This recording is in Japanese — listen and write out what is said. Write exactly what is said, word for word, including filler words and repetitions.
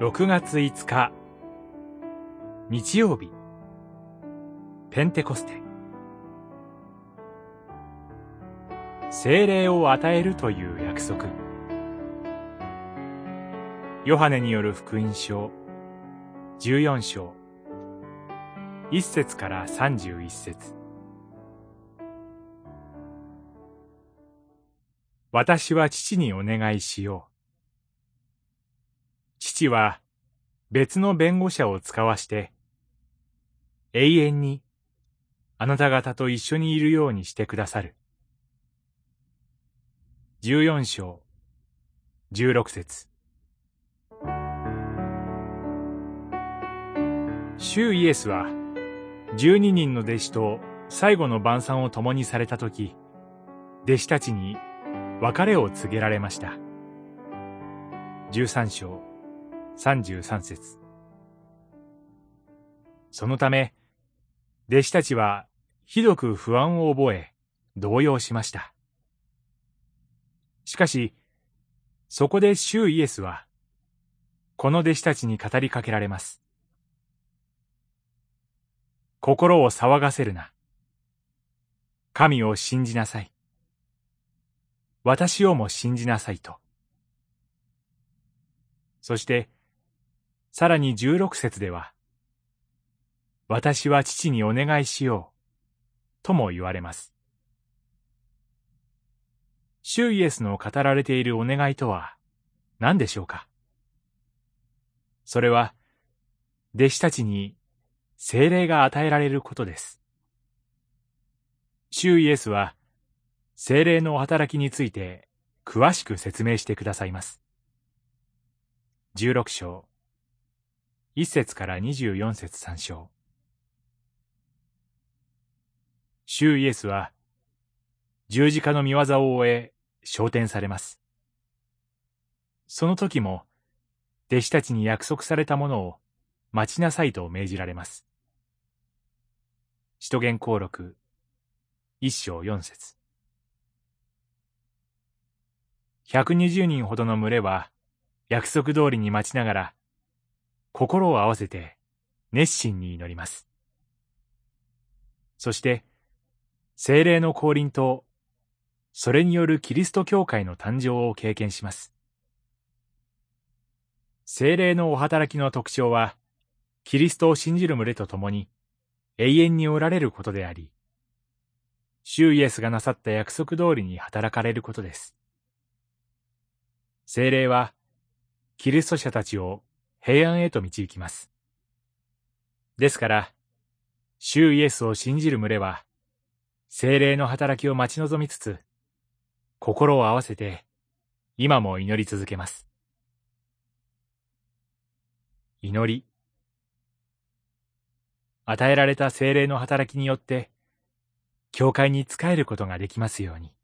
ろくがついつか日曜日、ペンテコステ。聖霊を与えるという約束。ヨハネによる福音書じゅうよん章いっ節からさんじゅういち節。私は父にお願いしよう。父は別の弁護者を使わして、永遠にあなた方と一緒にいるようにしてくださる。じゅうよん章じゅうろく節。主イエスはじゅうににんの弟子と最後の晩餐を共にされたとき、弟子たちに別れを告げられました。じゅうさん章さんじゅうさん節。そのため、弟子たちはひどく不安を覚え、動揺しました。しかし、そこで主イエスは、この弟子たちに語りかけられます。心を騒がせるな。神を信じなさい。私をも信じなさいと。そして、さらにじゅうろく節では、私は父にお願いしよう、とも言われます。主イエスの語られているお願いとは何でしょうか。それは、弟子たちに聖霊が与えられることです。主イエスは、聖霊の働きについて詳しく説明してくださいます。じゅうろく章いっ節からにじゅうよん節参照。主イエスは十字架の御業を終え昇天されます。その時も弟子たちに約束されたものを待ちなさいと命じられます。使徒言行録一章四節。百二十人ほどの群れは約束通りに待ちながら心を合わせて熱心に祈ります。そして聖霊の降臨とそれによるキリスト教会の誕生を経験します。聖霊のお働きの特徴はキリストを信じる群れと共に永遠におられることであり、主イエスがなさった約束通りに働かれることです。聖霊はキリスト者たちを平安へと導きます。ですから、主イエスを信じる群れは、聖霊の働きを待ち望みつつ、心を合わせて、今も祈り続けます。祈り。与えられた聖霊の働きによって、教会に仕えることができますように。